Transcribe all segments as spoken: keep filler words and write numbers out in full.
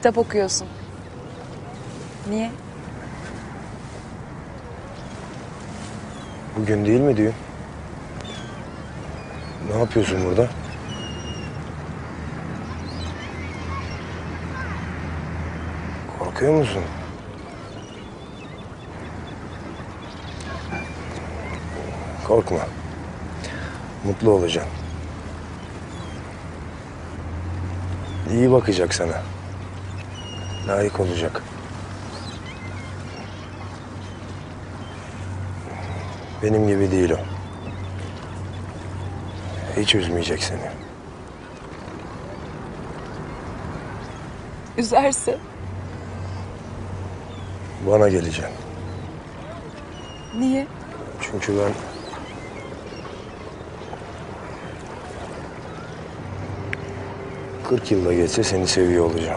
Kitap okuyorsun. Niye? Bugün değil mi düğün? Ne yapıyorsun burada? Korkuyor musun? Korkma. Mutlu olacaksın. İyi bakacak sana. Layık olacak. Benim gibi değil o. Hiç üzmeyecek seni. Üzerse? Bana geleceksin. Niye? Çünkü ben... kırk yılda geçse seni seviyor olacağım.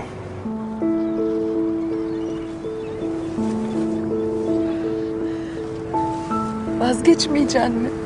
Vazgeçmeyeceksin mi?